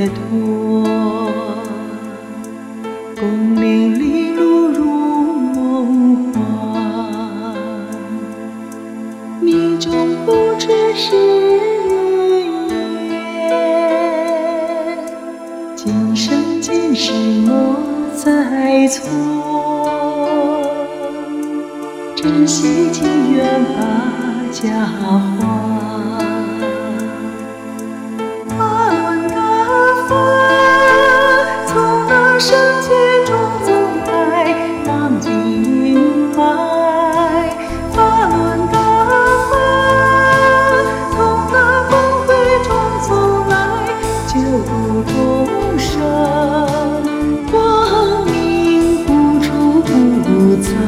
脱。功名利禄如梦幻，迷中不知是云烟。今生今世莫再错，珍惜情缘把家还。生劫中走来，浪迹云海，法轮大法，从那光辉中走来，救度众生，光明无处不在。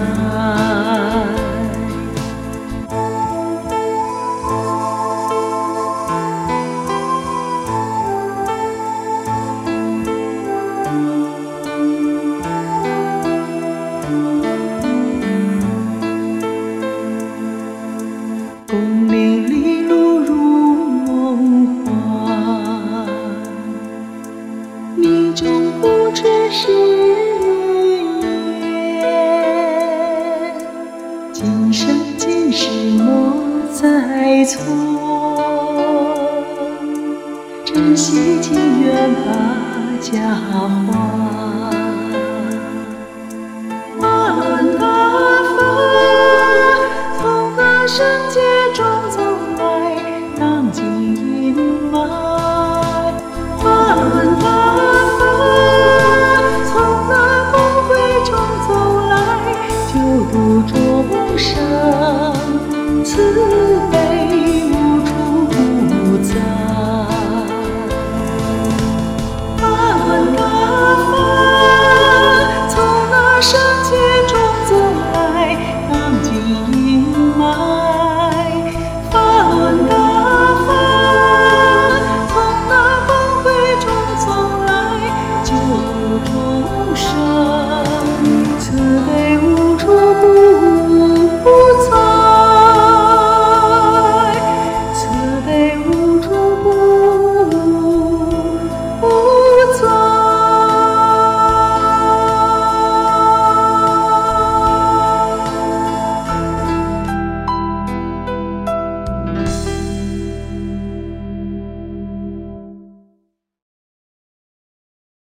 功名利禄如梦幻，迷中不知是云烟。今生今世莫再错，珍惜情缘把家还。法轮大法，从那生劫